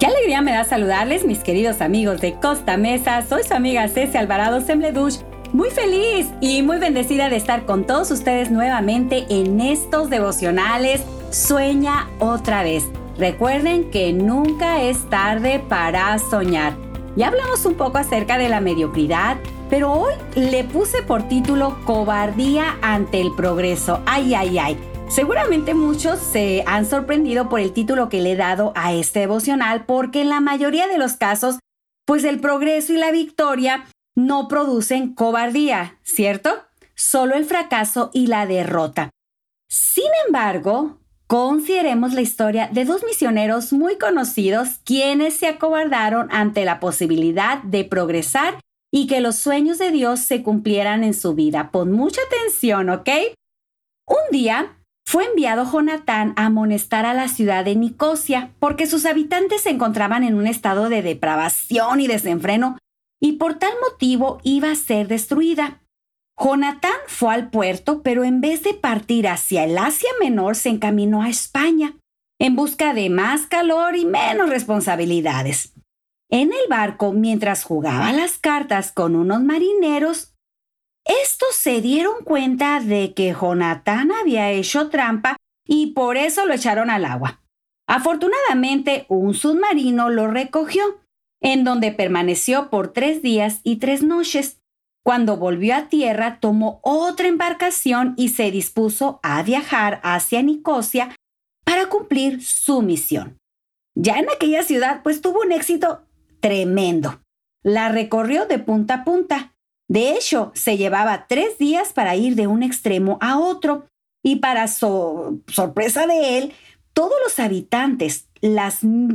Qué alegría me da saludarles, mis queridos amigos de Costa Mesa. Soy su amiga Ceci Alvarado Sembledush. Muy feliz y muy bendecida de estar con todos ustedes nuevamente en estos devocionales Sueña otra vez. Recuerden que nunca es tarde para soñar. Ya hablamos un poco acerca de la mediocridad, pero hoy le puse por título Cobardía ante el progreso. ¡Ay, ay, ay! Seguramente muchos se han sorprendido por el título que le he dado a este devocional, porque en la mayoría de los casos, pues el progreso y la victoria no producen cobardía, ¿cierto? Solo el fracaso y la derrota. Sin embargo, consideremos la historia de dos misioneros muy conocidos quienes se acobardaron ante la posibilidad de progresar y que los sueños de Dios se cumplieran en su vida. Pon mucha atención, ¿ok? Un día fue enviado Jonatán a amonestar a la ciudad de Nicosia porque sus habitantes se encontraban en un estado de depravación y desenfreno y por tal motivo iba a ser destruida. Jonatán fue al puerto, pero en vez de partir hacia el Asia Menor, se encaminó a España en busca de más calor y menos responsabilidades. En el barco, mientras jugaba las cartas con unos marineros, estos se dieron cuenta de que Jonatán había hecho trampa y por eso lo echaron al agua. Afortunadamente, un submarino lo recogió, en donde permaneció por 3 días y 3 noches. Cuando volvió a tierra, tomó otra embarcación y se dispuso a viajar hacia Nicosia para cumplir su misión. Ya en aquella ciudad, pues tuvo un éxito tremendo. La recorrió de punta a punta. De hecho, se llevaba 3 días para ir de un extremo a otro y para sorpresa de él, todos los habitantes, las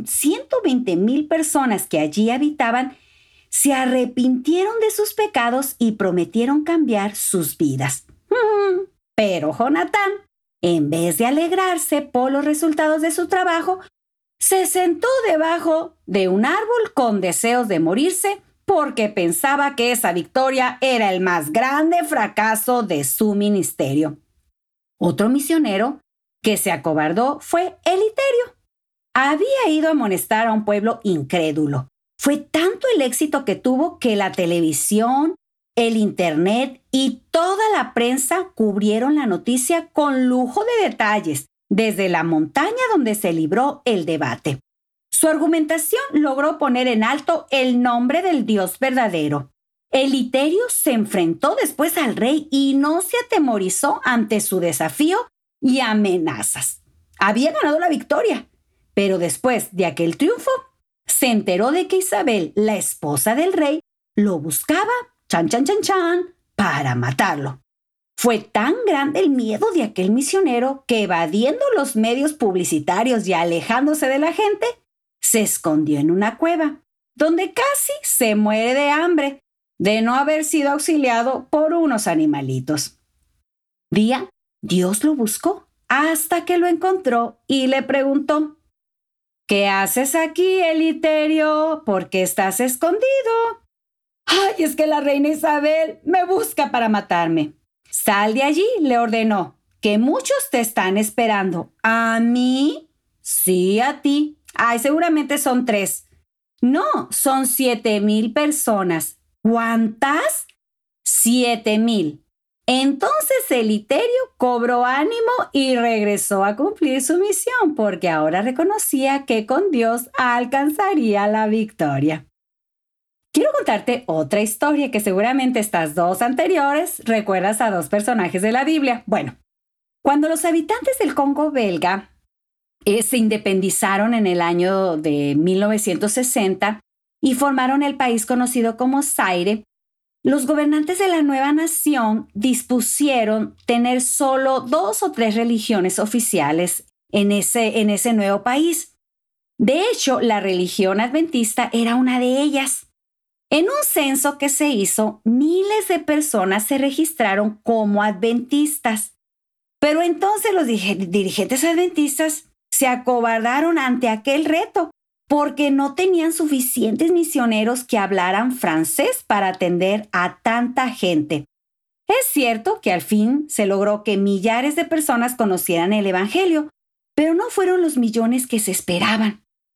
120,000 personas que allí habitaban, se arrepintieron de sus pecados y prometieron cambiar sus vidas. Pero Jonatán, en vez de alegrarse por los resultados de su trabajo, se sentó debajo de un árbol con deseos de morirse porque pensaba que esa victoria era el más grande fracaso de su ministerio. Otro misionero que se acobardó fue Eliterio. Había ido a amonestar a un pueblo incrédulo. Fue tanto el éxito que tuvo que la televisión, el internet y toda la prensa cubrieron la noticia con lujo de detalles, desde la montaña donde se libró el debate. Su argumentación logró poner en alto el nombre del Dios verdadero. Eliterio se enfrentó después al rey y no se atemorizó ante su desafío y amenazas. Había ganado la victoria, pero después de aquel triunfo, se enteró de que Isabel, la esposa del rey, lo buscaba, para matarlo. Fue tan grande el miedo de aquel misionero que, evadiendo los medios publicitarios y alejándose de la gente, se escondió en una cueva, donde casi se muere de hambre, de no haber sido auxiliado por unos animalitos. Un día, Dios lo buscó hasta que lo encontró y le preguntó: ¿Qué haces aquí, Eliterio? ¿Por qué estás escondido? ¡Ay, es que la reina Isabel me busca para matarme! Sal de allí, le ordenó, que muchos te están esperando. ¿A mí? Sí, a ti. Ay, seguramente son 3. No, son 7,000 personas. ¿Cuántas? 7,000. Entonces Eliterio cobró ánimo y regresó a cumplir su misión, porque ahora reconocía que con Dios alcanzaría la victoria. Quiero contarte otra historia que seguramente estas 2 anteriores recuerdas a 2 personajes de la Biblia. Bueno, cuando los habitantes del Congo belga se independizaron en el año de 1960 y formaron el país conocido como Zaire, los gobernantes de la nueva nación dispusieron tener solo 2 o 3 religiones oficiales en ese nuevo país. De hecho, la religión adventista era una de ellas. En un censo que se hizo, miles de personas se registraron como adventistas. Pero entonces los dirigentes adventistas se acobardaron ante aquel reto porque no tenían suficientes misioneros que hablaran francés para atender a tanta gente. Es cierto que al fin se logró que millares de personas conocieran el Evangelio, pero no fueron los millones que se esperaban.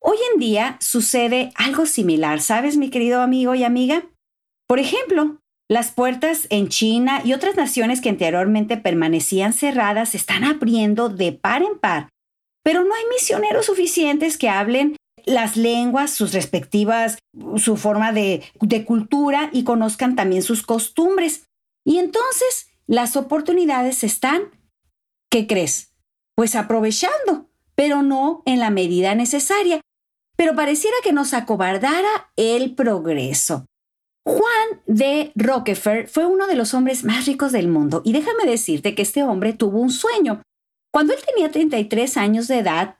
Hoy en día sucede algo similar, ¿sabes, mi querido amigo y amiga? Por ejemplo, las puertas en China y otras naciones que anteriormente permanecían cerradas se están abriendo de par en par, pero no hay misioneros suficientes que hablen las lenguas, sus respectivas, su forma de cultura y conozcan también sus costumbres. Y entonces las oportunidades están, ¿qué crees? Pues aprovechando, pero no en la medida necesaria. Pero pareciera que nos acobardara el progreso. Juan D. Rockefeller fue uno de los hombres más ricos del mundo y déjame decirte que este hombre tuvo un sueño. Cuando él tenía 33 años de edad,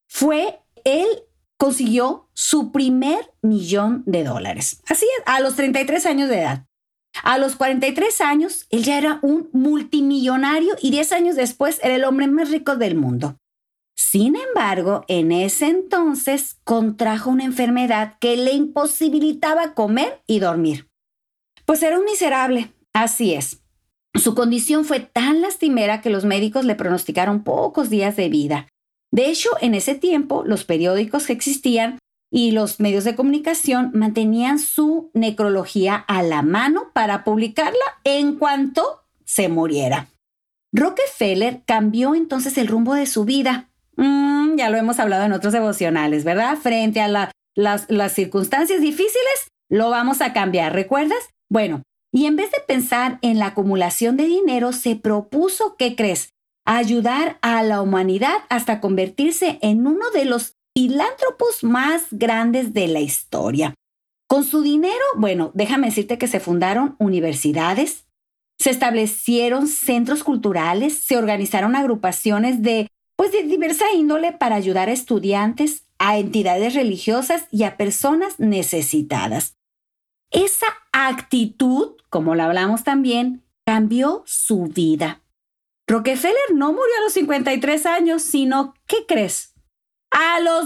él consiguió su primer $1,000,000. Así es, a los 33 años de edad. A los 43 años, él ya era un multimillonario y 10 años después era el hombre más rico del mundo. Sin embargo, en ese entonces contrajo una enfermedad que le imposibilitaba comer y dormir. Pues era un miserable, así es. Su condición fue tan lastimera que los médicos le pronosticaron pocos días de vida. De hecho, en ese tiempo, los periódicos que existían y los medios de comunicación mantenían su necrología a la mano para publicarla en cuanto se muriera. Rockefeller cambió entonces el rumbo de su vida. Ya lo hemos hablado en otros devocionales, ¿verdad? Frente a las circunstancias difíciles, lo vamos a cambiar, ¿recuerdas? Bueno, y en vez de pensar en la acumulación de dinero, se propuso, ¿qué crees? Ayudar a la humanidad hasta convertirse en uno de los filántropos más grandes de la historia. Con su dinero, bueno, déjame decirte que se fundaron universidades, se establecieron centros culturales, se organizaron agrupaciones de diversa índole para ayudar a estudiantes, a entidades religiosas y a personas necesitadas. Esa actitud, como la hablamos también, cambió su vida. Rockefeller no murió a los 53 años, sino, ¿qué crees? A los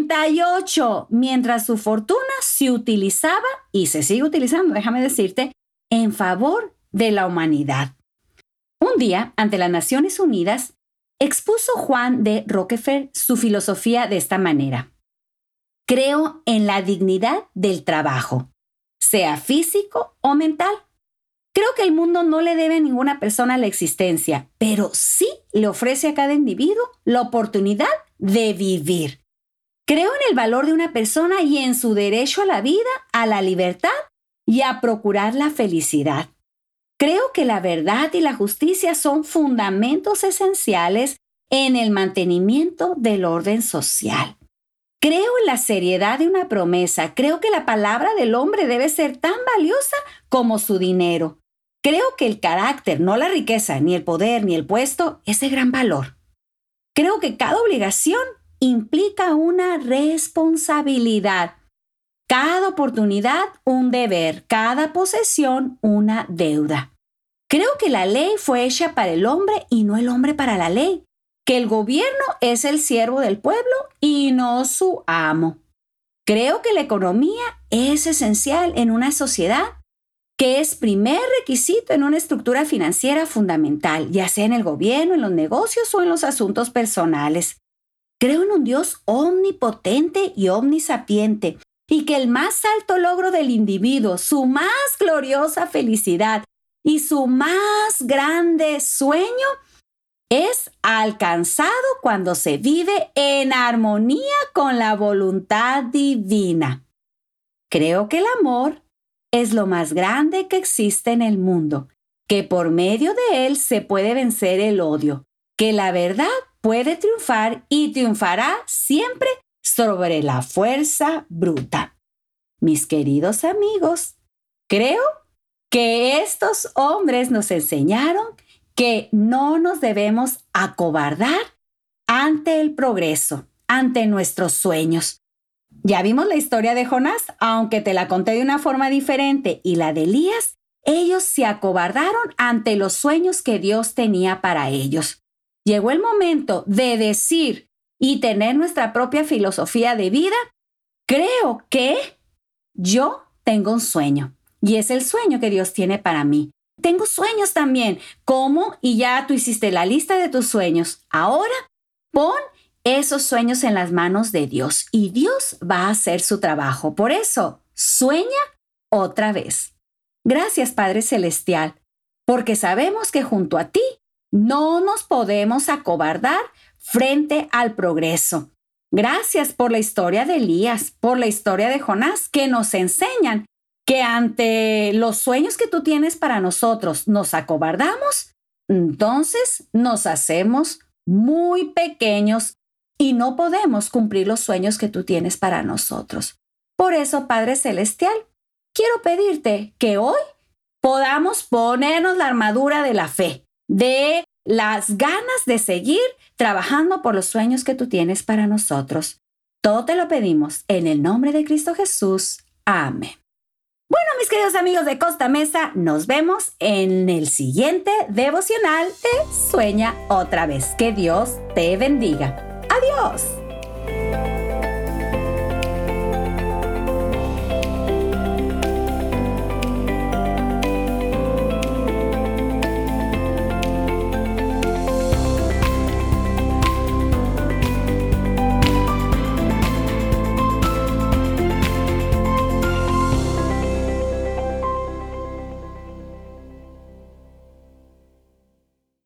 98, mientras su fortuna se utilizaba, y se sigue utilizando, déjame decirte, en favor de la humanidad. Un día, ante las Naciones Unidas, expuso Juan D. Rockefeller su filosofía de esta manera. Creo en la dignidad del trabajo, sea físico o mental. Creo que el mundo no le debe a ninguna persona la existencia, pero sí le ofrece a cada individuo la oportunidad de vivir. Creo en el valor de una persona y en su derecho a la vida, a la libertad y a procurar la felicidad. Creo que la verdad y la justicia son fundamentos esenciales en el mantenimiento del orden social. Creo en la seriedad de una promesa. Creo que la palabra del hombre debe ser tan valiosa como su dinero. Creo que el carácter, no la riqueza, ni el poder, ni el puesto, es de gran valor. Creo que cada obligación implica una responsabilidad. Cada oportunidad, un deber. Cada posesión, una deuda. Creo que la ley fue hecha para el hombre y no el hombre para la ley. Que el gobierno es el siervo del pueblo y no su amo. Creo que la economía es esencial en una sociedad, que es primer requisito en una estructura financiera fundamental, ya sea en el gobierno, en los negocios o en los asuntos personales. Creo en un Dios omnipotente y omnisapiente, y que el más alto logro del individuo, su más gloriosa felicidad y su más grande sueño es alcanzado cuando se vive en armonía con la voluntad divina. Creo que el amor es lo más grande que existe en el mundo, que por medio de él se puede vencer el odio, que la verdad puede triunfar y triunfará siempre sobre la fuerza bruta. Mis queridos amigos, creo que estos hombres nos enseñaron que no nos debemos acobardar ante el progreso, ante nuestros sueños. Ya vimos la historia de Jonás, aunque te la conté de una forma diferente, y la de Elías. Ellos se acobardaron ante los sueños que Dios tenía para ellos. Llegó el momento de decir y tener nuestra propia filosofía de vida. Creo que yo tengo un sueño, y es el sueño que Dios tiene para mí. Tengo sueños también. ¿Cómo? Y ya tú hiciste la lista de tus sueños. Ahora pon esos sueños en las manos de Dios y Dios va a hacer su trabajo. Por eso, sueña otra vez. Gracias, Padre Celestial, porque sabemos que junto a ti no nos podemos acobardar frente al progreso. Gracias por la historia de Elías, por la historia de Jonás, que nos enseñan que ante los sueños que tú tienes para nosotros nos acobardamos, entonces nos hacemos muy pequeños y no podemos cumplir los sueños que tú tienes para nosotros. Por eso, Padre Celestial, quiero pedirte que hoy podamos ponernos la armadura de la fe, de las ganas de seguir trabajando por los sueños que tú tienes para nosotros. Todo te lo pedimos en el nombre de Cristo Jesús. Amén. Bueno, mis queridos amigos de Costa Mesa, nos vemos en el siguiente devocional de Sueña otra vez. Que Dios te bendiga. Adiós.